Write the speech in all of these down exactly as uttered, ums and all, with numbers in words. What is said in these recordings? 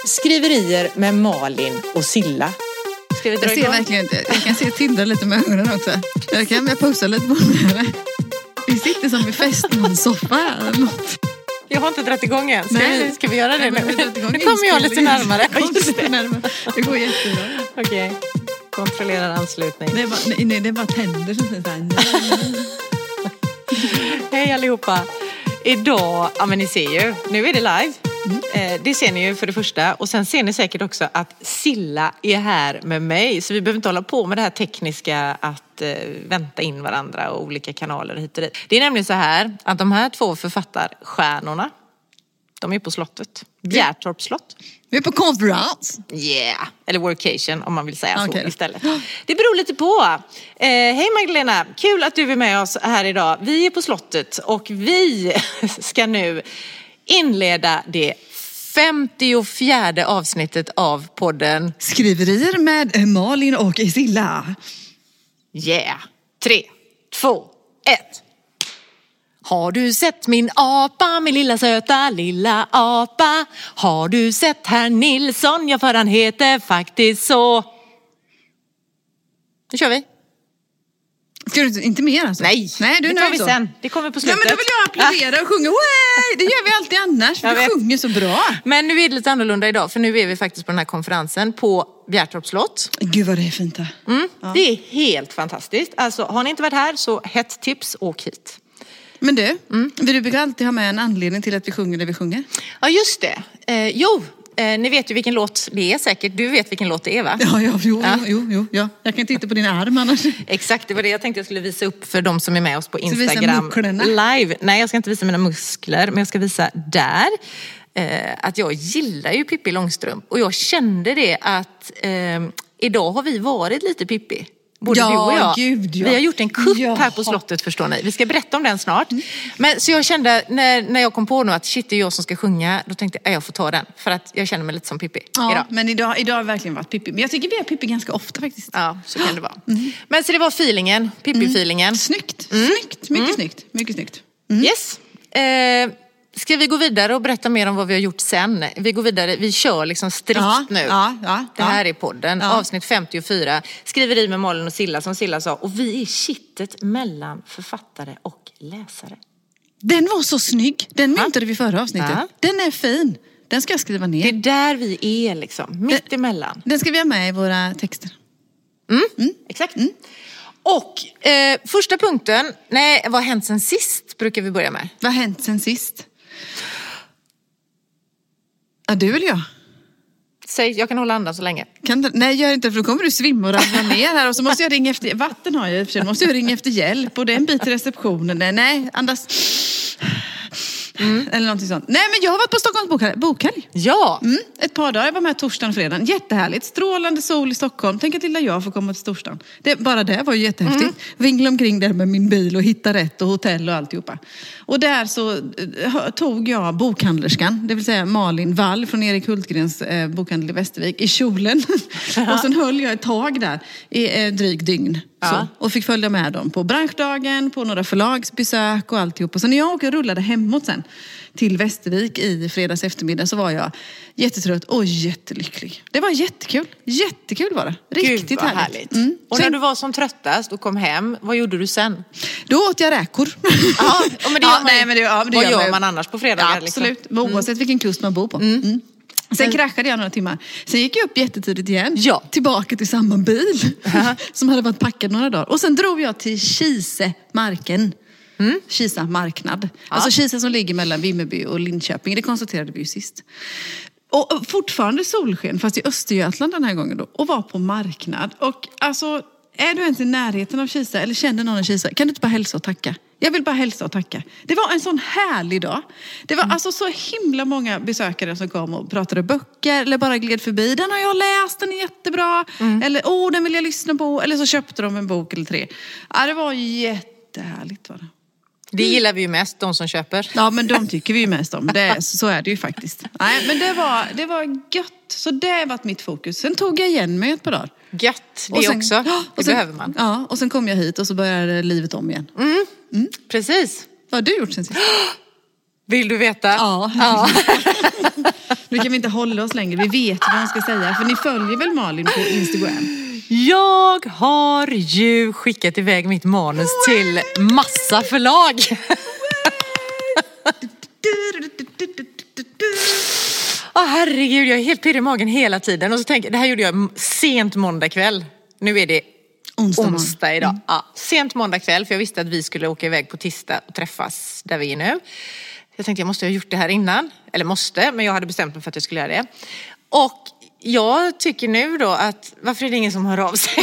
Skriverier med Malin och Silla. Ska vi dra Jag ser igång? verkligen inte. Jag kan se Tinder lite med ögonen också. Jag kan jag pussa lite på det. Vi sitter som i festmanssoffa eller något. Jag har inte dragit igång än. Ska, Nej. vi, ska vi göra det nu? Nu Nu kommer jag lite närmare. Jag kommer lite närmare. Det går jättebra. Okej. Kontrollerar anslutning. Det är bara, nej, nej, det är bara tänder som säger så här. Hej allihopa. Idag, ja men ni ser ju, nu är det live. Mm. Eh, det ser ni ju för det första. Och sen ser ni säkert också att Silla är här med mig. Så vi behöver inte hålla på med det här tekniska att eh, vänta in varandra och olika kanaler hit och dit. Det är nämligen så här att de här två författarstjärnorna, de är på slottet. Bjärtorps slott. Vi är på konferens. Yeah, eller workation om man vill säga Okay. så istället. Det beror lite på. Eh, hej Magdalena, kul att du är med oss här idag. Vi är på slottet och vi ska nu inleda det femtiofjärde avsnittet av podden Skriverier med Malin och Silla. Yeah. Tre, två, ett. Har du sett min apa, min lilla söta lilla apa? Har du sett herr Nilsson? Ja, för han heter faktiskt så. Nu kör vi. Ska du inte mer alltså? Nej, Nej du är det tar nöjd vi så. sen. Det kommer på Ja, slutet. men då vill jag applådera och sjunga. Way! Det gör vi alltid annars. Jag Vi vet. sjunger så bra. Men nu är det lite annorlunda idag, för nu är vi faktiskt på den här konferensen på Bjärtorps slott. Gud vad det är fint här. Mm. Det är helt fantastiskt. Alltså, har ni inte varit här så hett tips, åk hit. Men du, mm. du brukar alltid ha med en anledning till att vi sjunger det vi sjunger. Ja, just det. Eh, jo, eh, ni vet ju vilken låt det är säkert. Du vet vilken låt det är, va? Ja, ja, jo, Ja. jo, jo, jo, ja. Jag kan inte titta på din arm annars. Exakt, det var det jag tänkte jag skulle visa upp för de som är med oss på du visa Instagram musklerna? live. Nej, jag ska inte visa mina muskler, men jag ska visa där eh, att jag gillar ju Pippi Långstrump. Och jag kände det att eh, idag har vi varit lite Pippi. Både Ja, du och jag. gud, ja. Vi har gjort en kupp Jaha. här på slottet, förstår ni. Vi ska berätta om den snart. Men så jag kände när, när jag kom på nu att shit, det är jag som ska sjunga. Då tänkte jag, jag får ta den. För att jag känner mig lite som Pippi Ja, idag. men idag, idag har det verkligen varit Pippi. Men jag tycker vi är Pippi ganska ofta faktiskt. Ja, så kan det vara. Men så det var feelingen, Pippi-feelingen. Snyggt, snyggt, mycket snyggt, mycket snyggt. Yes. Eh, ska vi gå vidare och berätta mer om vad vi har gjort sen? Vi går vidare, vi kör liksom strikt Ja, nu. ja, ja, det ja. här är podden, Ja. avsnitt femtiofyra. Skriveri med Malin och Silla, som Silla sa. Och vi är kittet mellan författare och läsare. Den var så snygg. Den myntade vi förra avsnittet. Ja. Den är fin. Den ska jag skriva ner. Det är där vi är liksom, mitt emellan. Den ska vi ha med i våra texter. Mm. Exakt. Och eh, första punkten, nej, vad har hänt sen sist brukar vi börja med. Vad har hänt sen sist? Ja, du eller jag? Säg, jag kan hålla andan så länge. Kan du, nej, gör inte, för då kommer du svimma och ramla ner här. Och så måste jag ringa efter, vatten har jag i och för sig. Då måste jag ringa efter hjälp. Och det är en bit till receptionen. Nej, nej andas. Mm. Eller någonting sånt. Nej, men jag har varit på Stockholms bokhelg. bokhelg. Ja. Mm, ett par dagar. Jag var med torsdagen och fredagen. Jättehärligt. Strålande sol i Stockholm. Tänk att lilla jag får komma till storstan. Det, bara det var ju jättehäftigt. Mm. Vingla omkring där med min bil och hitta rätt och hotell och alltihopa. Och där så eh, tog jag bokhandlerskan, det vill säga Malin Wall från Erik Hultgrens eh, bokhandel i Västervik, i kjolen. Och sen höll jag ett tag där i eh, dryg dygn. Ja. Så, och fick följa med dem på branschdagen, på några förlagsbesök och alltihop. Och så när jag åker och rullade hemåt sen till Västervik i fredags eftermiddag så var jag jättetrött och jättelycklig. Det var jättekul. Jättekul var det. Riktigt Gud, vad härligt. härligt. Mm. Och Sen, när du var som tröttast och kom hem, vad gjorde du sen? då åt jag räkor. Ja, men det gör man, nej, men det, ja, men det vad gör gör man, man annars på fredagar? Ja, absolut. Liksom? Oavsett vilken kust man bor på. Mm. Sen kraschade jag några timmar. Sen gick jag upp jättetidigt igen. Ja. Tillbaka till samma bil. Som hade varit packad några dagar. Och sen drog jag till Kisemarken. Mm. Kisa marknad. Ja. Alltså Kisa som ligger mellan Vimmerby och Linköping. Det konstaterade vi ju sist. Och fortfarande solsken, fast i Östergötland den här gången då. Och var på marknad. Och alltså, är du ens i närheten av Kisa eller känner någon av Kisa, kan du inte bara hälsa och tacka? Jag vill bara hälsa och tacka. Det var en sån härlig dag. Det var mm. alltså så himla många besökare som kom och pratade böcker eller bara gled förbi. Den har jag läst, den är jättebra. Mm. Eller, åh, den vill jag lyssna på. Eller så köpte de en bok eller tre. Ja, det var jättehärligt var det. Det gillar vi ju mest, de som köper. Ja, men de tycker vi ju mest om. Det, så är det ju faktiskt. Nej, men det var, det var gött. Så det har varit mitt fokus. Sen tog jag igen mig ett par dagar. Gött, det och sen, också. Det och sen, behöver man. Ja, och sen kom jag hit och så började livet om igen. Mm. Mm. Precis. Vad har du gjort sen sist? Vill du veta? Ja. ja. Nu Nu kan vi inte hålla oss längre. Vi vet vad man ska säga. För ni följer väl Malin på Instagram? Jag har ju skickat iväg mitt manus till massa förlag. Åh oh, herregud, jag är helt pirrig i magen hela tiden. Och så tänker jag, det här gjorde jag sent måndag kväll. Nu är det onsdag, onsdag idag. Mm. Ja, sent måndag kväll, för jag visste att vi skulle åka iväg på tisdag och träffas där vi är nu. Jag tänkte jag måste ha gjort det här innan. Eller måste, men jag hade bestämt mig för att jag skulle göra det. Och jag tycker nu då att, varför är det ingen som hör av sig?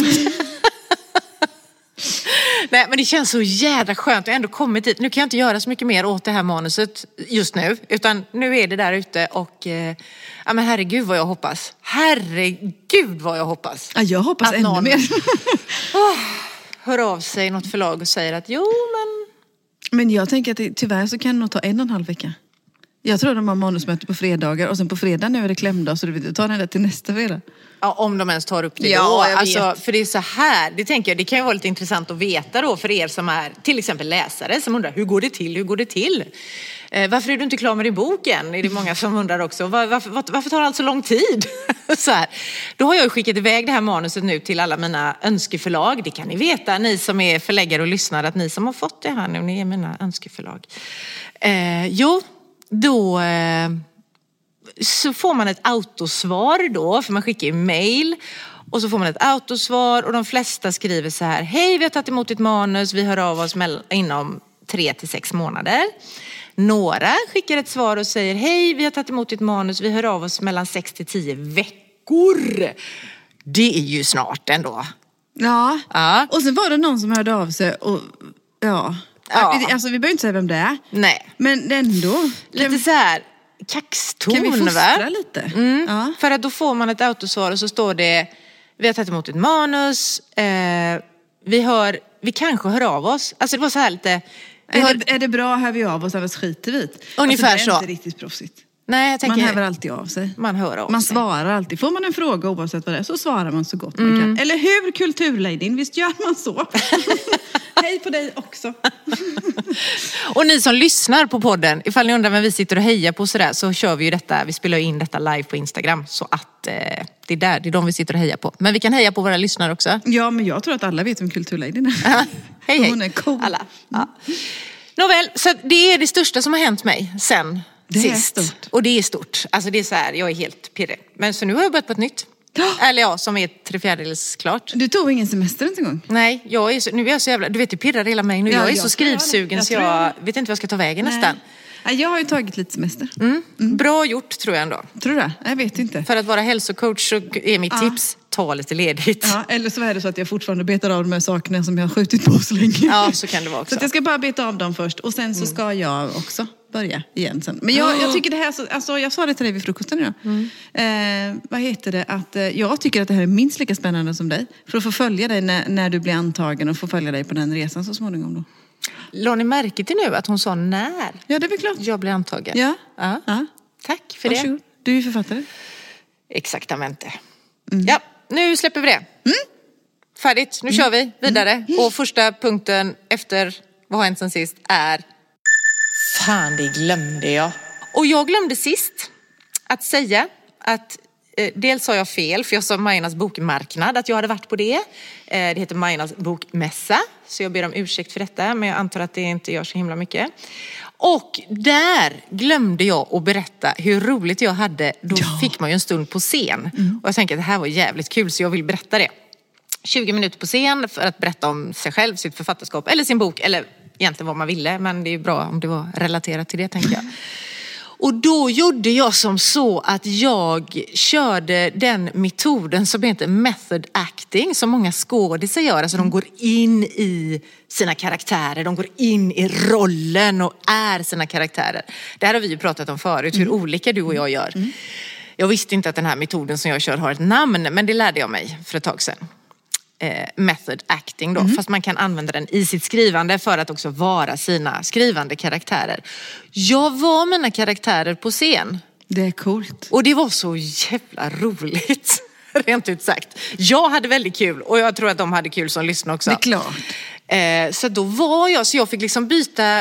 Nej, men det känns så jävla skönt att jag ändå kommit hit. Nu kan jag inte göra så mycket mer åt det här manuset just nu. Utan nu är det där ute och... Eh, ja men herregud vad jag hoppas. Herregud vad jag hoppas. Ja, jag hoppas att ännu någon, mer. oh, hör av sig något förlag och säger att jo men... Men jag tänker att det, tyvärr så kan det nog ta en och en halv vecka. Jag tror de har manusmöte på fredagar och sen på fredag nu är det klämdag så du tar den där till nästa fredag. Ja, om de ens tar upp det ja, då. Jag alltså, vet. för det är så här, det tänker jag, det kan ju vara lite intressant att veta då för er som är till exempel läsare som undrar, hur går det till, hur går det till? Eh, varför är du inte klar med din bok än? Är det många som undrar också. Var, varför, var, varför tar det allt så lång tid? så här. Då har jag ju skickat iväg det här manuset nu till alla mina önskeförlag. Det kan ni veta, ni som är förläggare och lyssnar, att ni som har fått det här nu, ni är mina önskeförlag. Eh, jo, då... Eh, så får man ett autosvar då, för man skickar ju mail och så får man ett autosvar och de flesta skriver så här: hej, vi har tagit emot ditt manus, vi hör av oss inom tre till sex månader. Några skickar ett svar och säger: hej, vi har tagit emot ditt manus, vi hör av oss mellan sex till tio veckor. Det är ju snart ändå. Ja, ja. Och sen var det någon som hörde av sig och ja, ja. Alltså vi behöver inte säga vem det är. Nej. Men ändå. Lite så här kaxton, kan vi fostra va? lite? Mm. Ja. För att då får man ett autosvar och så står det: vi har tagit emot ett manus, eh, vi hör, vi kanske hör av oss. Alltså det var så här lite... Är, hör... det, är det bra, hör vi av oss, annars skiter vi. Ungefär alltså, det är så. inte riktigt proffsigt. Nej, jag tänker... Man hör alltid av sig. Man hör av Man sig. svarar alltid. Får man en fråga oavsett vad det är så svarar man så gott man mm. kan. Eller hur, kulturladyn? Visst gör man så? Hej på dig också. Och ni som lyssnar på podden, ifall ni undrar vem vi sitter och hejar på sådär, så kör vi ju detta, vi spelar in detta live på Instagram. Så att eh, det är där, det är de vi sitter och hejar på. Men vi kan heja på våra lyssnare också. Ja, men jag tror att alla vet vem kulturladyn är. hej hej. Hon är cool. Alla. Ja. Nåväl, så det är det största som har hänt mig sen det sist. Är stort. Och det är stort. Alltså det är så här, jag är helt pirrig. Men så nu har jag börjat på ett nytt. Eller ja, som är tre fjärdedels klart. Du tog ingen semester ens en gång? Nej, jag är så, nu är jag så jävla, du vet det pirrar hela mig nu. Ja, jag är jag så skrivsugen jag så jag, jag vet inte vad jag ska ta vägen Nej. nästan. Jag har ju tagit lite semester. Mm. Mm. Bra gjort tror jag ändå. Tror du det? Jag vet inte. För att vara hälsocoach så är mitt ja. tips, ta lite ledigt. Ja, eller så är det så att jag fortfarande betar av de här sakerna som jag har skjutit på så länge. Ja, så kan det vara också. Så att jag ska bara beta av dem först och sen så ska mm. jag också börja igen sen. Men jag, jag tycker det här, så, alltså jag sa det till dig vid frukosten idag. Mm. Eh, vad heter det? Att eh, jag tycker att det här är minst lika spännande som dig. För att få följa dig när, när du blir antagen och få följa dig på den resan så småningom då. Lade ni märke till nu att hon sa när? Ja, det är väl klart. Jag blir antagen. Ja. Ja. ja. Tack för Varsågod. det. Du är ju författare. Exaktamente. Mm. Ja, nu släpper vi det. Mm. Färdigt, nu mm. kör vi vidare. Mm. Och första punkten efter vad har hänt sen sist är... Fan, det glömde jag. Och jag glömde sist att säga att eh, dels sa jag fel, för jag sa Majornas bokmarknad, att jag hade varit på det. Eh, det heter Majornas bokmässa, så jag ber om ursäkt för detta, men jag antar att det inte gör så himla mycket. Och där glömde jag att berätta hur roligt jag hade. Då ja. fick man ju en stund på scen. Mm. Och jag tänkte att det här var jävligt kul, så jag vill berätta det. tjugo minuter på scen för att berätta om sig själv, sitt författarskap eller sin bok, eller egentligen vad man ville, men det är bra om det var relaterat till det, tänker jag. Och då gjorde jag som så att jag körde den metoden som heter method acting, som många skådisar gör. Alltså de går in i sina karaktärer, de går in i rollen och är sina karaktärer. Det här har vi ju pratat om förut, hur mm. olika du och jag gör. Mm. Jag visste inte att den här metoden som jag kör har ett namn, men det lärde jag mig för ett tag sedan. Eh, method acting då, mm. fast man kan använda den i sitt skrivande för att också vara sina skrivande karaktärer. Jag var mina karaktärer på scen. Det är coolt. Och det var så jävla roligt, rent ut sagt. Jag hade väldigt kul och jag tror att de hade kul som lyssnade också. Det är klart. Eh, så då var jag, så jag fick liksom byta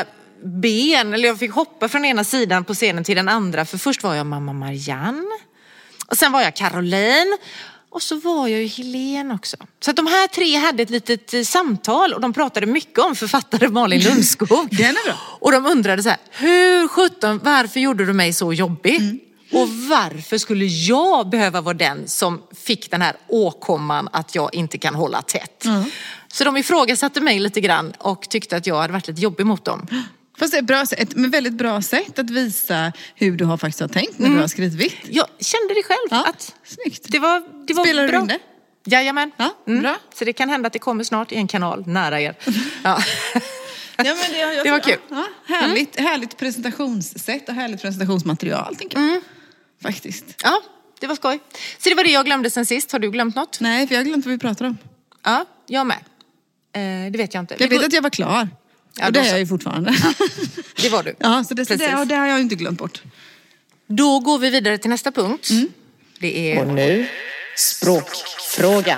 ben, eller jag fick hoppa från ena sidan på scenen till den andra. För först var jag mamma Marianne. Och sen var jag Caroline. Och så var jag ju Helene också. Så att de här tre hade ett litet samtal. Och de pratade mycket om författare Malin Lundskog. Den är bra. Och de undrade så här, hur sjutton, varför gjorde du mig så jobbig? Mm. Och varför skulle jag behöva vara den som fick den här åkomman att jag inte kan hålla tätt? Mm. Så de ifrågasatte mig lite grann och tyckte att jag hade varit lite jobbig mot dem. Fast det är bra, ett väldigt bra sätt att visa hur du har faktiskt har tänkt när mm. du har skrivit. Jag kände det själv. Ja, att snyggt. Det var, det var Spelar bra. du in det? Jajamän. Ja, mm. bra. Så det kan hända att det kommer snart i en kanal nära er. Ja. Ja, men det, jag, det var kul. Ja, härligt, mm. härligt presentationssätt och härligt presentationsmaterial, tänker jag. Mm. Faktiskt. Ja, det var skoj. Så det var det jag glömde sen sist. Har du glömt något? Nej, för jag har glömt vad vi pratar om. Ja, jag med. Eh, det vet jag inte. Jag vet att jag var klar. Ja, och det är jag ju fortfarande. Ja, det var du. Ja, så det, så det, och det har jag inte glömt bort. Då går vi vidare till nästa punkt. Mm. Det är... Och nu, språkfrågan.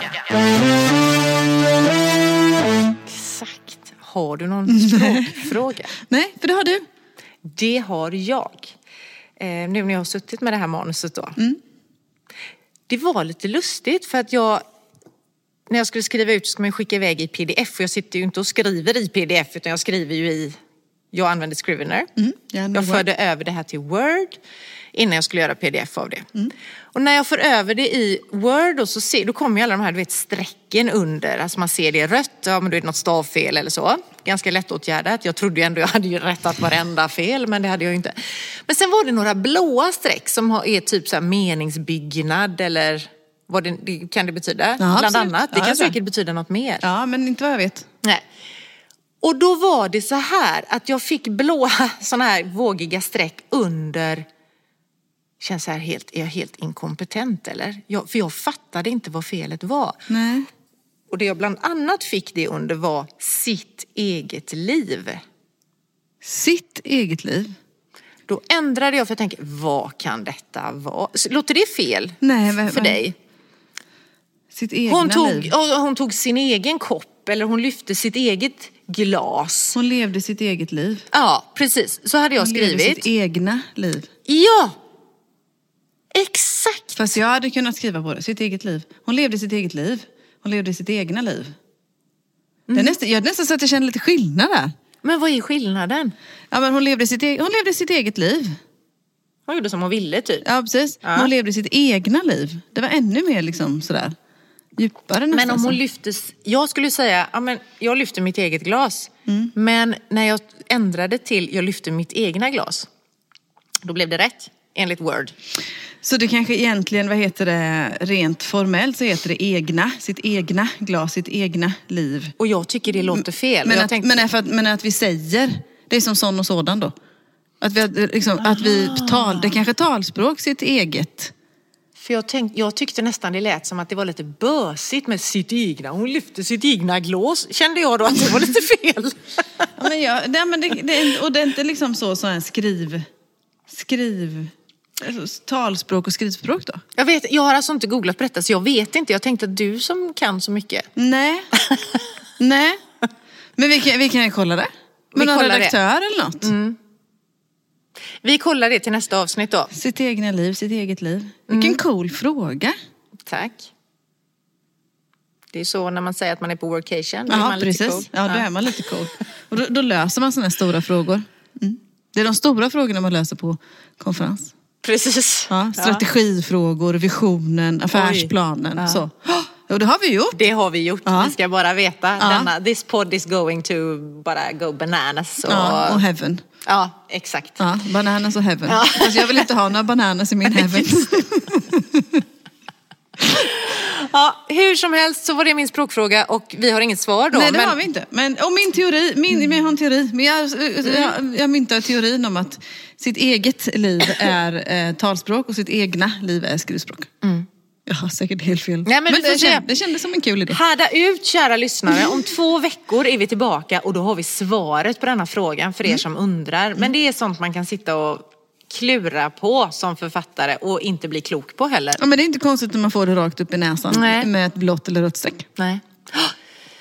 Exakt. Har du någon språkfråga? Nej, för det har du. Det har jag. Eh, nu när jag har suttit med det här manuset då. Mm. Det var lite lustigt för att jag... När jag skulle skriva ut så ska man skicka iväg i P D F. Och jag sitter ju inte och skriver i P D F utan jag skriver ju i... Jag använder Scrivener. Mm, jag, jag förde över det här till Word innan jag skulle göra P D F av det. Mm. Och när jag för över det i Word och så ser, då kommer ju alla de här, du vet, strecken under. Alltså man ser det rött, ja men då är det något stavfel eller så. Ganska lättåtgärdat. Jag trodde ju ändå jag hade ju rättat varenda fel, men det hade jag ju inte. Men sen var det några blåa streck som är typ så här meningsbyggnad eller... Vad det, det kan det betyda, ja, bland absolut. Annat. Det ja, kan säkert betyda något mer. Ja, men inte vad jag vet. Nej. Och då var det så här att jag fick blåa såna här vågiga streck under... Känns så här helt, är jag helt inkompetent eller? Jag, för jag fattade inte vad felet var. Nej. Och det jag bland annat fick det under var sitt eget liv. Sitt eget liv? Då ändrade jag för jag tänkte, vad kan detta vara? Låter det fel Nej, men, för dig? Sitt egna hon tog, liv. Hon tog sin egen kopp eller hon lyfte sitt eget glas. Hon levde sitt eget liv. Ja, precis. Så hade jag hon skrivit. Hon levde sitt egna liv. Ja, exakt. Fast jag hade kunnat skriva på det. Sitt eget liv. Hon levde sitt eget liv. Hon levde sitt egna liv. Mm. Det är nästan, jag är nästan så att jag känner lite skillnad där. Men vad är skillnaden? Ja, men hon levde sitt, e- hon levde sitt eget liv. Hon gjorde som hon ville typ. Ja, precis. Ja. Hon levde sitt egna liv. Det var ännu mer liksom sådär. Djupare nästan. Men om hon lyftes... Jag skulle säga, ja men jag lyfte mitt eget glas. Mm. Men när jag ändrade till jag lyfte mitt egna glas. Då blev det rätt. Enligt Word. Så det kanske egentligen, vad heter det, rent formellt så heter det egna, sitt egna glas, sitt egna liv. Och jag tycker det låter fel. Men, jag att, tänkte... men, för att, men att vi säger, det är som sån och sådan då. Att vi, liksom, att vi tal, det kanske talspråk, sitt eget. För jag, tänkte, jag tyckte nästan det lät som att det var lite bösigt med sitt egna. Hon lyfte sitt egna glas. Kände jag då att det var lite fel. Ja, men jag, det, men det, det, och det är inte liksom så, så en skriv... Skriv... Alltså, talspråk och skrivspråk då? Jag vet, jag har alltså inte googlat på detta så jag vet inte. Jag tänkte att du som kan så mycket. Nej. Nej. Men vi kan, vi kan kolla det. Men någon redaktör det. Eller något. Mm. Vi kollar det till nästa avsnitt då. Sitt egna liv, sitt eget liv. Vilken mm. cool fråga. Tack. Det är så när man säger att man är på workation. Ja, man precis. Cool. Ja, då är man lite cool. Och då, då löser man sådana stora frågor. Mm. Det är de stora frågorna man löser på konferens. Precis. Ja, strategifrågor, visionen, affärsplanen. Ja. Så. Och det har vi gjort. Det har vi gjort. Ja. Vi ska bara veta. Ja. Denna, this pod is going to bara go bananas. Och, ja, och heaven. Ja, exakt. Ja, bananas och heaven. Ja. Fast jag vill inte ha några bananas i min heaven. Ja, hur som helst så var det min språkfråga och vi har inget svar då. Nej, det men... har vi inte. Men, och min teori, min, mm. jag har en teori. Men jag, jag, jag myntar teorin om att sitt eget liv är eh, talspråk och sitt egna liv är skrivspråk. Mm. Jag har säkert helt fel. Nej, men men det, det, känd, det kändes som en kul idé. Härda ut, kära lyssnare. Om två veckor är vi tillbaka och då har vi svaret på denna frågan för er mm. som undrar. Men det är sånt man kan sitta och klura på som författare och inte bli klok på heller. Ja, men det är inte konstigt när man får det rakt upp i näsan. Nej. Med ett blått eller rött streck. Nej.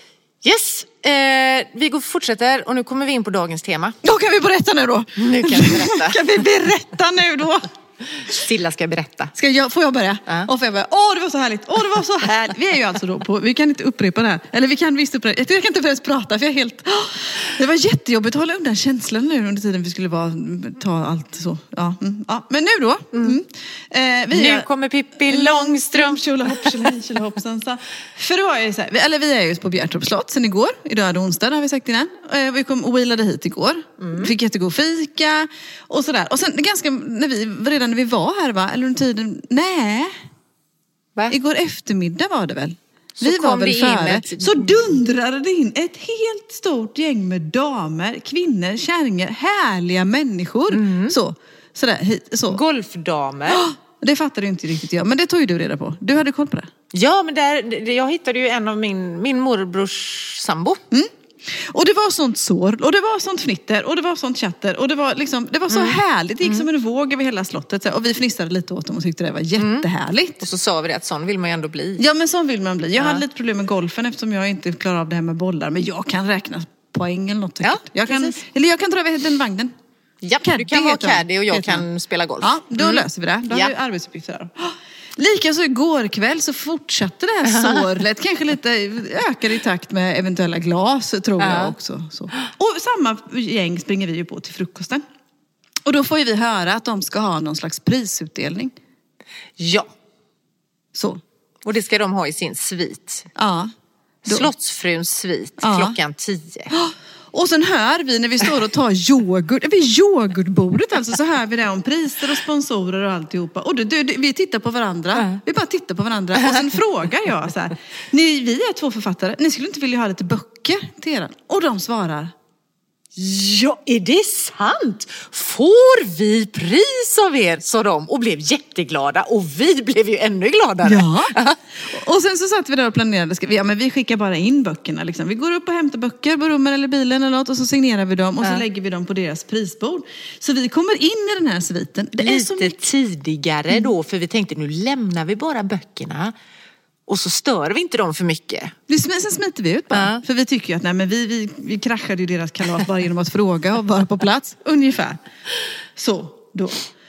Yes, eh, vi går fortsätter och nu kommer vi in på dagens tema. Då kan vi berätta nu då. Nu kan vi berätta. Kan vi berätta nu då? Silla ska berätta. Ska jag, får jag börja? Ja. Och får jag börja? Åh, det var så härligt. Åh, det var så härligt. Vi är ju alltså då på, vi kan inte upprepa det här. Eller vi kan visst upprepa. Jag kan inte ens prata för jag är helt... Åh, det var jättejobbigt att hålla undan känslan nu under tiden vi skulle vara, ta allt så. Ja, mm, ja. Men nu då. Mm. Eh, vi Nu är, kommer Pippi Långstrump. Tjolahopp, tjolahej, tjolahoppsan. För då är det så här, vi, eller vi är ju på Bjärtorps slott sen igår. Idag är det onsdag, det har vi sagt innan. Eh, vi kom och wheelade hit igår. Mm. Fick jättegod fika och sådär. Och sen ganska, när vi, redan när vi var här va, eller under tiden, nej. Va? Igår eftermiddag var det väl. Så vi var kom väl det in före. ett- Så dundrade det in ett helt stort gäng med damer, kvinnor, kärringar, härliga människor. Så, sådär, hit, så. Golfdamer. Oh, det fattade ju inte riktigt jag, men det tog ju du reda på. Du hade koll på det. Ja, men där, det- jag hittade ju en av min, min morbrors sambo. Mm. Och det var sånt sår, och det var sånt fnitter, och det var sånt chatter, och det var liksom, det var så härligt. Det gick som en våg över hela slottet. så- Och vi fnissade lite åt dem och tyckte det var jättehärligt. Och så sa vi det att sån vill man ju ändå bli. Ja, men så vill man bli. Jag hade lite problem med golfen eftersom jag inte klarar av det här med bollar. Men jag kan räkna poäng eller något. Ja, jag kan, precis. eller jag kan dra över den vagnen. Ja, Caddy du kan vara heter han. caddy och jag Heter kan han. spela golf. Ja, då löser vi det. Då Ja. har vi arbetsuppgifter där. Likaså igår kväll så fortsatte det här sårlet. Kanske lite ökade i takt med eventuella glas, tror Ja. jag också. Så. Och samma gäng springer vi ju på till frukosten. Och då får ju vi höra att de ska ha någon slags prisutdelning. Ja, Så, och det ska de ha i sin svit. ja. Då. Slottsfruns svit Ja. klockan tio. Och sen hör vi när vi står och tar yoghurt, vid yoghurtbordet alltså, så hör vi det om priser och sponsorer och alltihopa. Och det, det, vi tittar på varandra, Ja. vi bara tittar på varandra. Och sen frågar jag så här, ni, vi är två författare, ni skulle inte vilja ha lite böcker till er? Och de svarar, Ja, är det sant? Får vi pris av er? Sa de och blev jätteglada. Och vi blev ju ännu gladare. ja. Och sen så satt vi där och planerade, ska vi, ja men vi skickar bara in böckerna liksom. Vi går upp och hämtar böcker på rummen eller bilen eller något och så signerar vi dem och så Ja. lägger vi dem på deras prisbord. Så vi kommer in i den här sviten. Det är så Lite tidigare då, för vi tänkte nu lämnar vi bara böckerna. Och så stör vi inte dem för mycket. Vi sm- sen smiter vi ut bara. Ja. För vi tycker ju att nej, men vi, vi, vi kraschade ju deras kalas bara genom att fråga och vara på plats. Ungefär. Så, då.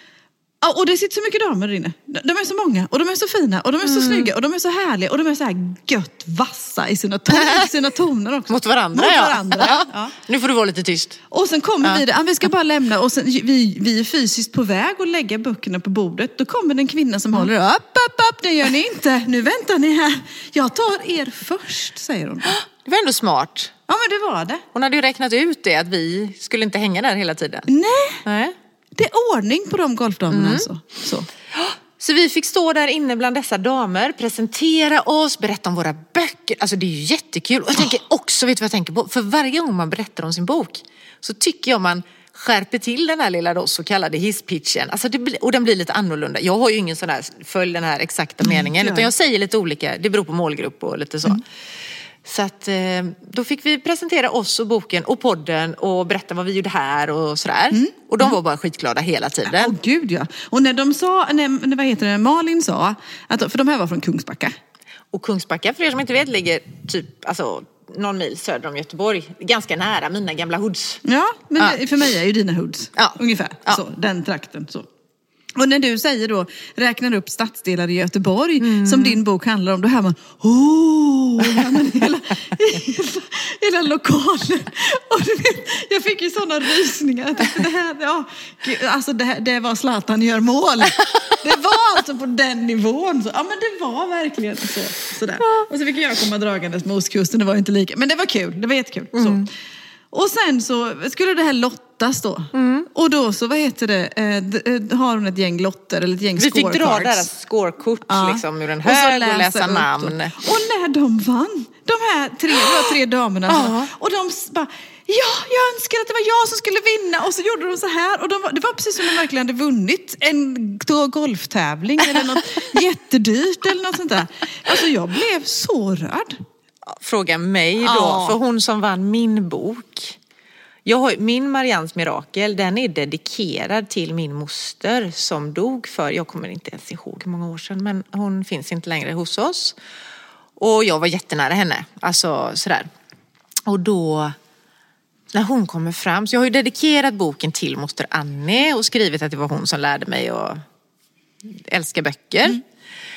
Ja, och det sitter så mycket damer där inne. De de är så många och de är så fina och de är så snygga och de är så härliga och de är så här gött vassa i sina, ton- i sina toner också. Mot varandra, Mot ja. varandra. Ja. Ja. Nu får du vara lite tyst. Och sen kommer vi där, ja, vi ska bara lämna och sen, vi, vi är fysiskt på väg att lägga böckerna på bordet. Då kommer en kvinna som håller upp, upp, upp, det gör ni inte. Nu väntar ni här. Jag tar er först, säger hon. Det var ändå smart. Ja, men det var det. Hon hade ju räknat ut det, att vi skulle inte hänga där hela tiden. Nej, Nej. det är ordning på de golfdamerna alltså. Så. Så vi fick stå där inne bland dessa damer, presentera oss, berätta om våra böcker. Alltså det är ju jättekul. Och jag tänker också, vet du vad jag tänker på? För varje gång man berättar om sin bok så tycker jag man skärper till den här lilla då, så kallade hisspitchen. Alltså det blir, och den blir lite annorlunda. Jag har ju ingen sån där, följ den här exakta meningen. Utan jag säger lite olika, det beror på målgrupp och lite så. Mm. Så att då fick vi presentera oss och boken och podden och berätta vad vi gjorde här och sådär. Mm. Och de var bara skitglada hela tiden. Åh oh, gud ja. Och när de sa, när, vad heter det, Malin sa, att, för de här var från Kungsbacka. Och Kungsbacka, för er som inte vet, ligger typ alltså, någon mil söder om Göteborg. Ganska nära mina gamla hoods. Ja, men Ja. för mig är ju dina hoods. Ja. Ungefär, Ja. så, den trakten så. Och när du säger då, räknar upp stadsdelar i Göteborg mm. som din bok handlar om, då hör man, åh, hör man hela, hela, hela lokalen. Och du vet, jag fick ju sådana rysningar. Jag tänkte, det här, ja, alltså det, här, det var Zlatan gör mål. Det var alltså på den nivån. Så, ja, men det var verkligen så. Sådär. Och så fick jag komma dragandes med ostkusten, det var inte lika. Men det var kul, det var jättekul. Mm. Så. Och sen så skulle det här lottas då. Mm. Och då så, vad heter det, eh, har hon ett gäng lotter eller ett gäng Vi scorecards. fick dra deras scorekort ja. liksom ur en hög och, och läsa namn. Då. Och när de vann, de här tre, tre damerna, ja. och de bara, ja, jag önskar att det var jag som skulle vinna. Och så gjorde de så här. Och de var, det var precis som de verkligen hade vunnit en golftävling eller något jättedyrt eller något sånt där. Alltså jag blev så rörd. Fråga mig då, ja. För hon som vann min bok. Jag har, min Marians mirakel, den är dedikerad till min moster som dog för, jag kommer inte ens ihåg hur många år sedan, men hon finns inte längre hos oss. Och jag var jättenära henne, alltså sådär. Och då, när hon kommer fram, så jag har ju dedikerat boken till moster Annie och skrivit att det var hon som lärde mig att älska böcker. Mm.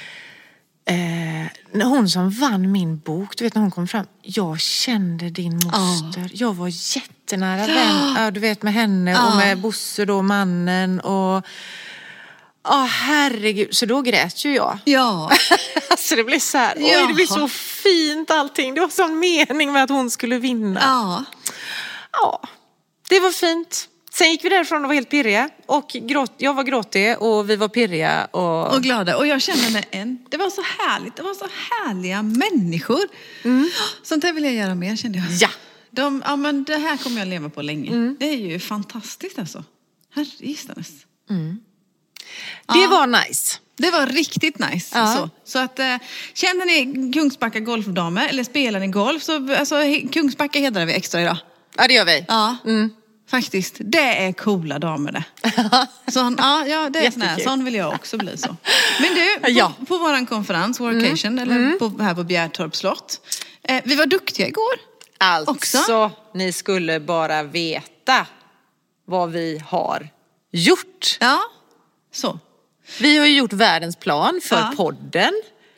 Eh, när hon som vann min bok, du vet när hon kom fram, jag kände din moster. Oh. Jag var jättenära vän, ja, du vet med henne oh. och med Bosse då, mannen och ja, oh, herregud, så då grät ju jag. Ja. Alltså det blev så här, oj, det blev så fint allting. Det var sån mening med att hon skulle vinna. Ja. Ja, det var fint. Sen gick vi därifrån och var helt pirriga. Och gråt, jag var gråtig och vi var pirriga. Och... och glada. Och jag kände mig en. Det var så härligt. Det var så härliga människor. Mm. Sånt där vill jag göra mer, kände jag. Ja. De, ja, men det här kommer jag leva på länge. Mm. Det är ju fantastiskt alltså. Herregistanes. Mm. Det ja. var nice. Det var riktigt nice. Ja. Så, så att, äh, känner ni Kungsbacka golfdamer eller spelar ni golf så alltså, Kungsbacka hedrar vi extra idag. Ja, det gör vi. Ja, mm. faktiskt. Det är coola damer det. Sån, ja, ja, det är sån här. Sån vill jag också bli så. Men du, på, ja. på våran konferens, Workation, mm. eller mm. På, här på Bjärtorp slott. Eh, vi var duktiga igår. Alltså, också. Ni skulle bara veta vad vi har gjort. Ja, så. Vi har ju gjort världens plan för ja. podden.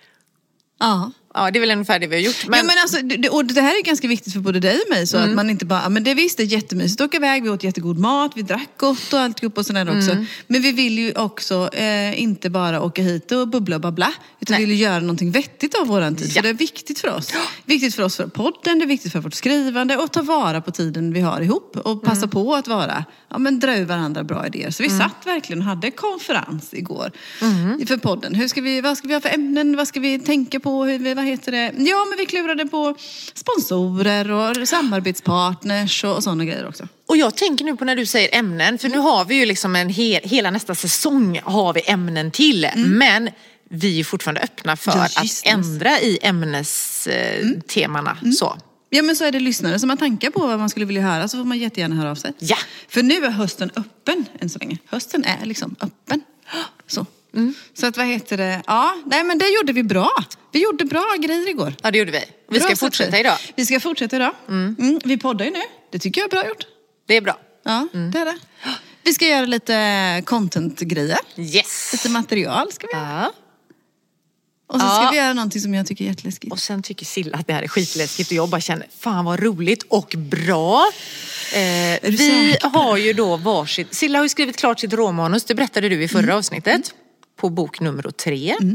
Ja. Ja, det är väl ungefär det vi har gjort. Men... Ja, men alltså, det, och det här är ganska viktigt för både dig och mig. Så mm. att man inte bara, men det visst det är jättemysigt att åka iväg. Vi åt jättegod mat, vi drack gott och alltihop och sådär också. Mm. Men vi vill ju också eh, inte bara åka hit och bubbla och babbla. Utan Nej. vi vill ju göra någonting vettigt av våran tid. Ja. Så det är viktigt för oss. Viktigt för oss för podden, det är viktigt för vårt skrivande. Och ta vara på tiden vi har ihop. Och passa mm. på att vara, ja men dra ur varandra bra idéer. Så vi mm. satt verkligen och hade konferens igår. Mm. För podden. Hur ska vi, vad ska vi ha för ämnen? Vad ska vi tänka på? Hur vi, vad heter det? Ja, men vi klurade på sponsorer och samarbetspartners och, och sådana grejer också. Och jag tänker nu på när du säger ämnen, för nu har vi ju liksom en hel, hela nästa säsong har vi ämnen till. Mm. Men vi är fortfarande öppna för ja, att ändra i ämnestemana. Mm. Så. Ja, men så är det lyssnare som har tankar på vad man skulle vilja höra, så får man jättegärna höra av sig. Ja. För nu är hösten öppen än så länge. Hösten är liksom öppen. Så. Mm. Så att vad heter det? Ja, nej men det gjorde vi bra. Vi gjorde bra grejer igår. Ja, det gjorde vi. Vi bra ska fortsätta idag. Vi ska fortsätta idag. Mm. Mm, vi poddar ju nu. Det tycker jag är bra gjort. Det är bra. Ja, mm. det är det. Vi ska göra lite content-grejer. Yes. Lite material ska vi göra. Ja. Och så ska ja. vi göra någonting som jag tycker är jätteläskigt. Och sen tycker Silla att det här är skitläskigt. Och jag bara känner, fan vad roligt och bra. Eh, vi har ju då varsitt... Silla har ju skrivit klart sitt råmanus. Det berättade du i förra mm. avsnittet. Mm. På bok nummer tre. Mm.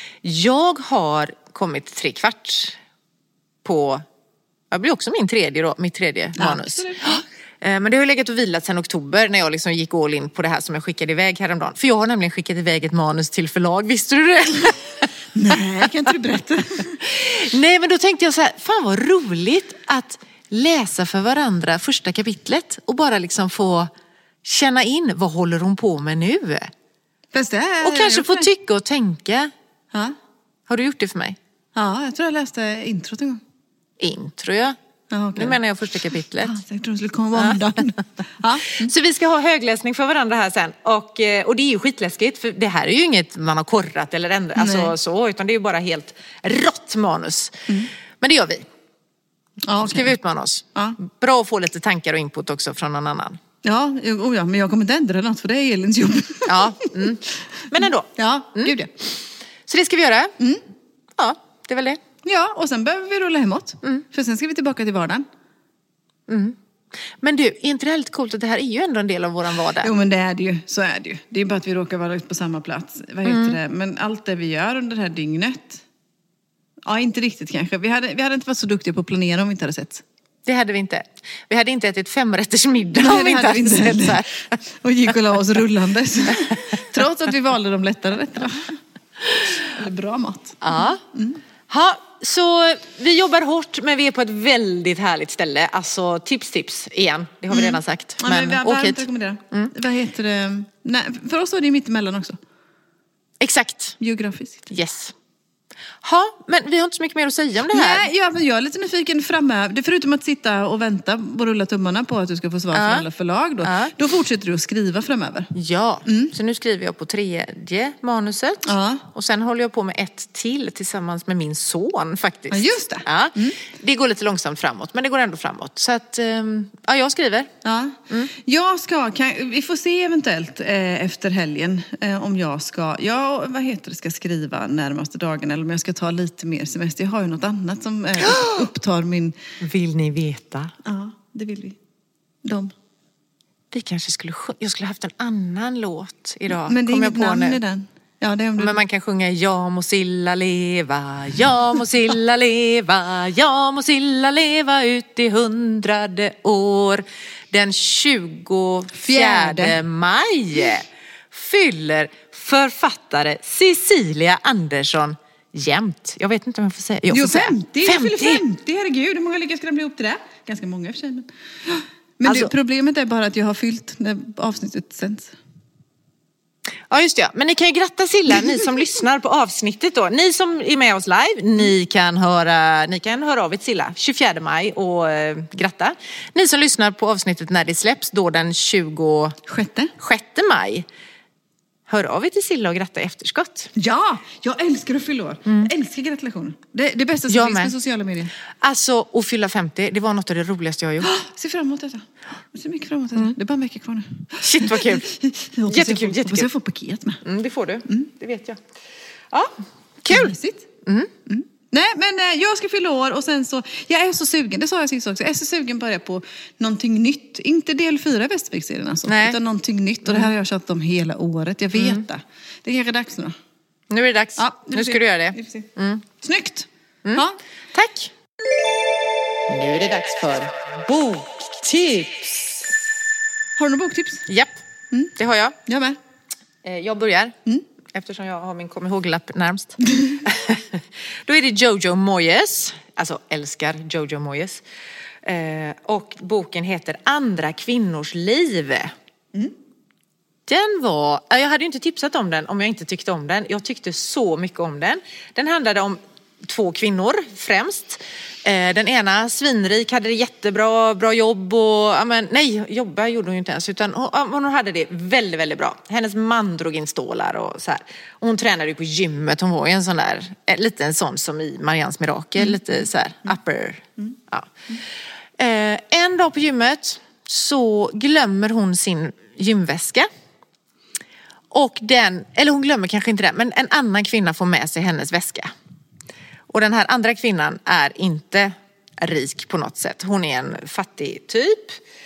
Jag har kommit tre kvart på... Jag blir också min tredje då, mitt tredje ja, manus. Men det har ju legat och vilat sedan oktober när jag liksom gick all in på det här som jag skickade iväg häromdagen. För jag har nämligen skickat iväg ett manus till förlag, visste du det? Nej, kan inte du berätta? Nej, men då tänkte jag så här, fan vad roligt att läsa för varandra första kapitlet och bara liksom få känna in, vad håller hon på med nu? Fast det är, och kanske få tycka och tänka. Ja. Har du gjort det för mig? Ja, jag tror jag läste introt en gång. Intro, ja. Ja, okay. Nu menar jag första kapitlet. Ja, jag tror det skulle komma om dagen. Ja. Mm. Så vi ska ha högläsning för varandra här sen. Och, och det är ju skitläskigt. För det här är ju inget man har korrat eller ändrat. Alltså, så, utan det är ju bara helt rått manus. Mm. Men det gör vi. Ja, okay. Ska vi utmana oss. Ja. Bra att få lite tankar och input också från någon annan. Ja, oh ja, men jag kommer inte ändra något för det är Elins jobb. Ja, mm. Men ändå. Ja, mm. gud ja. Så det ska vi göra. Mm. Ja, det är väl det. Ja, och sen behöver vi rulla hemåt. Mm. För sen ska vi tillbaka till vardagen. Mm. Men du, är inte det helt coolt att det här är ju ändå en del av våran vardag? Jo, men det är det ju. Så är det ju. Det är bara att vi råkar vara ute på samma plats. Vad heter mm. det? Men allt det vi gör under det här dygnet. Ja, inte riktigt kanske. Vi hade, vi hade inte varit så duktiga på att planera om vi inte hade sett. Det hade vi inte. Vi hade inte ätit femrätters middag Nej, om vi inte hade, hade sett så här. Och gick och la oss rullande. Trots att vi valde de lättare rätterna. Eller bra mat. Ja. Mm. Ha, så vi jobbar hårt, men vi är på ett väldigt härligt ställe. Alltså tips, tips igen. Det har vi mm. redan sagt. Ja, men, men vi varmt rekommenderar. Mm. Vad heter det? Nej, för oss är det mitt emellan också. Exakt. Geografiskt. Yes. Ja, men vi har inte så mycket mer att säga om det här. Nej, ja, men jag är lite nyfiken framöver. Det förutom att sitta och vänta och rulla tummarna på att du ska få svar Ja. från alla förlag. Då, Ja. då fortsätter du att skriva framöver. Ja, så nu skriver jag på tredje manuset. Ja. Och sen håller jag på med ett till tillsammans med min son faktiskt. Ja, just det. Ja, det går lite långsamt framåt, men det går ändå framåt. Så att, ehm, ja, jag skriver. Ja. Jag ska, kan, vi får se eventuellt eh, efter helgen eh, om jag ska, ja, vad heter det, ska skriva närmaste dagen eller om jag ska ta lite mer semester. Jag har ju något annat som eh, upptar min... Vill ni veta? Ja, det vill vi. De. Vi kanske skulle sjung- Jag skulle haft en annan låt idag. Men det är kom inget jag på namn nu. i den. Ja, det är om du... Men man kan sjunga Ja må Silla leva, ja må Silla leva, ja må Silla leva ut i hundrade år. Den tjugofjärde Fjärde. maj fyller författare Cecilia Andersson jämt. Jag vet inte om jag får säga. Jag Jo, får säga. femtio. Jag fyller femtio, herregud. Hur många lyckas ska det bli upp till det? Ganska många i och för sig. Men, men Alltså- det, problemet är bara att jag har fyllt när avsnittet sänds. Ja, just det. Men ni kan ju gratta Silla, ni som lyssnar på avsnittet då. Ni som är med oss live, ni kan höra, ni kan höra av er till Silla tjugofjärde maj och eh, gratta. Ni som lyssnar på avsnittet när det släpps då den tjugosjätte Sjätte? maj. Hör av er till Silla och gratta i efterskott. Ja, jag älskar att fylla år. Jag älskar gratulationer. Det, det bästa som Jag finns med. med sociala medier. Alltså, att fylla femtio, det var något av det roligaste jag har gjort. Se fram emot detta. Jag ser mycket fram emot detta. Det är bara en vecka kvar nu. Shit vad kul. Jag hoppas Jättekul, jag får, jättekul. hoppas jag får paket med. Mm, det får du, det vet jag. Ja, kul. Mysigt. Mm. Nej, men eh, jag ska fylla år och sen så, jag är så sugen, det sa jag sist också, jag är så sugen börja på någonting nytt. Inte del fyra i Västerviksserien alltså, Nej. utan någonting nytt. Och det här har jag tjatat om hela året, jag vet det. Det är kanske dags nu då. Nu är det dags. Ja, vi får nu se. ska du göra det. Vi får se. Snyggt! Ja. Tack. Nu är det dags för boktips. Har du några boktips? Japp, det har jag. Jag med. Eh, Jag börjar, eftersom jag har min kom ihåg-lapp närmst. Då är det Jojo Moyes, alltså älskar Jojo Moyes. Eh, och boken heter Andra kvinnors liv. Den var, jag hade ju inte tipsat om den om jag inte tyckte om den. Jag tyckte så mycket om den. Den handlade om två kvinnor främst. Eh, den ena svinrik, hade det jättebra, bra jobb och, ja men, nej, jobba gjorde hon ju inte ens utan hon, hon hade det väldigt, väldigt bra. Hennes man drog in stålar och så här. Och hon tränade ju på gymmet, hon var ju en sån där, lite en sån som i Marians mirakel, mm. lite så här upper. Mm. Ja. Eh, en dag på gymmet så glömmer hon sin gymväska. Och den, eller hon glömmer kanske inte det, men en annan kvinna får med sig hennes väska. Och den här andra kvinnan är inte rik på något sätt. Hon är en fattig typ.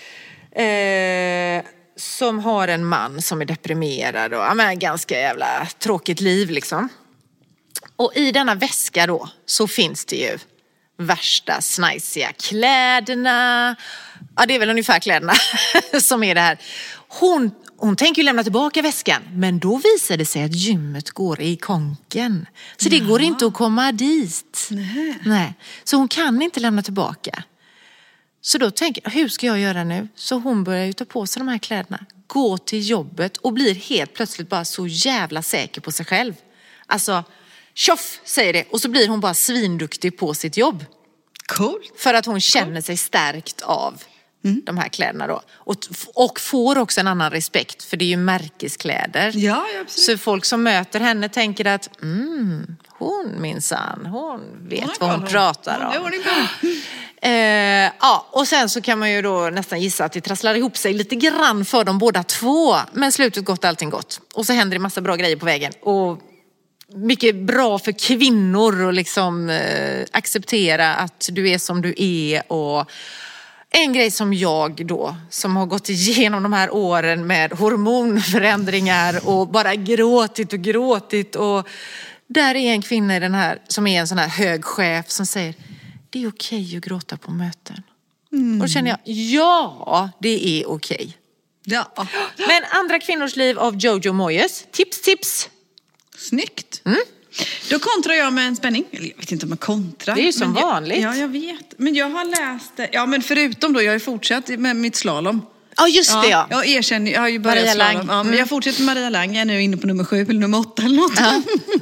Eh, som har en man som är deprimerad och ja, men, ganska jävla tråkigt liv liksom. Och i denna väska då så finns det ju värsta snajsiga kläderna. Ja, det är väl ungefär kläderna som är det här. Hon Hon tänker ju lämna tillbaka väskan. Men då visar det sig att gymmet går i konken. Så det ja. går inte att komma dit. Nej. Nej. Så hon kan inte lämna tillbaka. Så då tänker jag, hur ska jag göra nu? Så hon börjar ju ta på sig de här kläderna. Gå till jobbet och blir helt plötsligt bara så jävla säker på sig själv. Alltså, tjoff säger det. Och så blir hon bara svinduktig på sitt jobb. Coolt. För att hon känner sig stärkt av Mm. de här kläderna då. Och, och får också en annan respekt för det är ju märkeskläder. Ja, ja, absolut. Så folk som möter henne tänker att mm, hon minsann, hon vet Hon vad hon hon. pratar Ja, om. det var det bra. Eh, ja, och sen så kan man ju då nästan gissa att det trasslar ihop sig lite grann för dem båda två. Men slutet gott, allting gott. Och så händer det massa bra grejer på vägen. Och mycket bra för kvinnor att liksom eh, acceptera att du är som du är och en grej som jag då, som har gått igenom de här åren med hormonförändringar och bara gråtit och gråtit. Och där är en kvinna i den här, som är en sån här hög chef som säger, det är okej att gråta på möten. Mm. Och då känner jag, ja, det är okej. Ja. Men Andra kvinnors liv av Jojo Moyes. Tips, tips. Snyggt. Mm. Då kontrar jag med en spänning. Eller jag vet inte om jag kontrar. Det är ju som jag, vanligt. Ja, jag vet. Men jag har läst det. Ja, men förutom då, jag har ju fortsatt med mitt slalom. Ja, just det ja. Jag erkänner, jag har ju börjat Maria slalom. Lang. Ja, men Mm. jag fortsätter med Maria Lang. Jag är nu inne på nummer sju eller nummer åtta eller något. Ja.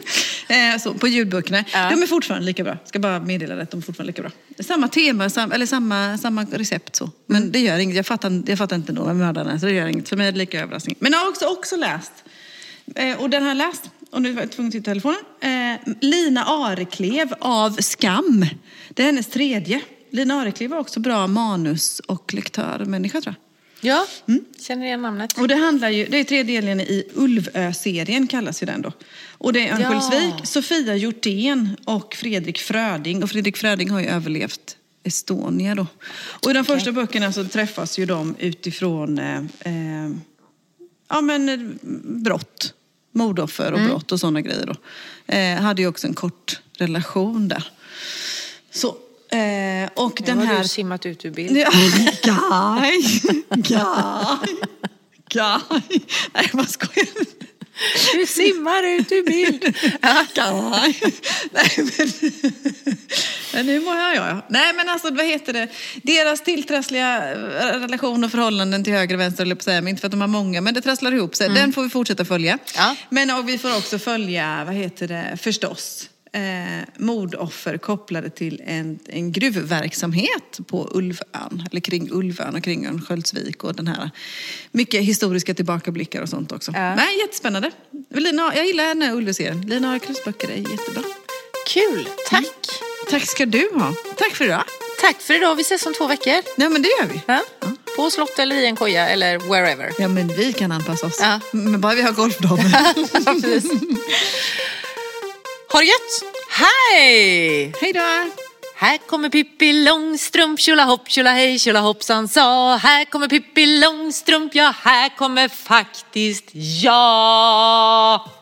Eh, så, på ljudböckerna. Ja. De är fortfarande lika bra. Ska bara meddela det att de är fortfarande lika bra. Samma tema, sam, eller samma, samma recept så. Men mm. det gör inget. Jag fattar, jag fattar inte några mördarna, så det gör inget. För mig är det lika överraskning. Men jag har också, också läst. Eh, och den har jag läst. Och nu var jag tvungen att titta i telefonen. Eh, Lina Areklev av Skam. Det är hennes tredje. Lina Areklev var också bra manus- och lektörmänniska, tror jag. Ja, mm. känner igen namnet. Och det handlar ju, det är tre delen i Ulvö-serien kallas ju den då. Och det är Örnsköldsvik, ja. Sofia Hjortén och Fredrik Fröding. Och Fredrik Fröding har ju överlevt Estonia då. Och i den okay. första böckerna så träffas ju de utifrån eh, eh, ja, men, brott. Mordoffer och mm. brott och sådana grejer då. Eh, hade ju också en kort relation där. Så. Eh, och nu den har här... du simmat ut ur bild. Ja, Gaj! Gaj! Gaj! Nej, vad skojar du? Du simmar ut ur bild. Gaj! Nej, men... Ja, nu var jag, ja. Nej, men alltså, vad heter det? Deras tilltrassliga relation och förhållanden till höger och vänster, eller på säga, men inte för att de har många, men det trasslar ihop sig. Mm. Den får vi fortsätta följa. Ja. Men och vi får också följa, vad heter det, förstås. Eh, mordoffer kopplade till en, en gruvverksamhet på Ulvön, eller kring Ulvön och kring Örnsköldsvik och den här mycket historiska tillbakablickar och sånt också. Ja. Nej, jättespännande. Lina, jag gillar den här Ulvö-serien. Lina Areklövs böcker är jättebra. Kul, tack. Mm. Tack ska du ha. Tack för idag. Tack för idag, vi ses om två veckor. Ja, men det gör vi. Ja. Ja. På slott eller i en koja eller wherever. Ja, men vi kan anpassa oss. Ja. Men bara vi har golfdamer. Ja, precis. Ha det gött! Hej! Hej då! Här kommer Pippi Långstrump, tjolahopp, tjolahej, tjolahoppsan sa. Här kommer Pippi Långstrump, ja här kommer faktiskt jag.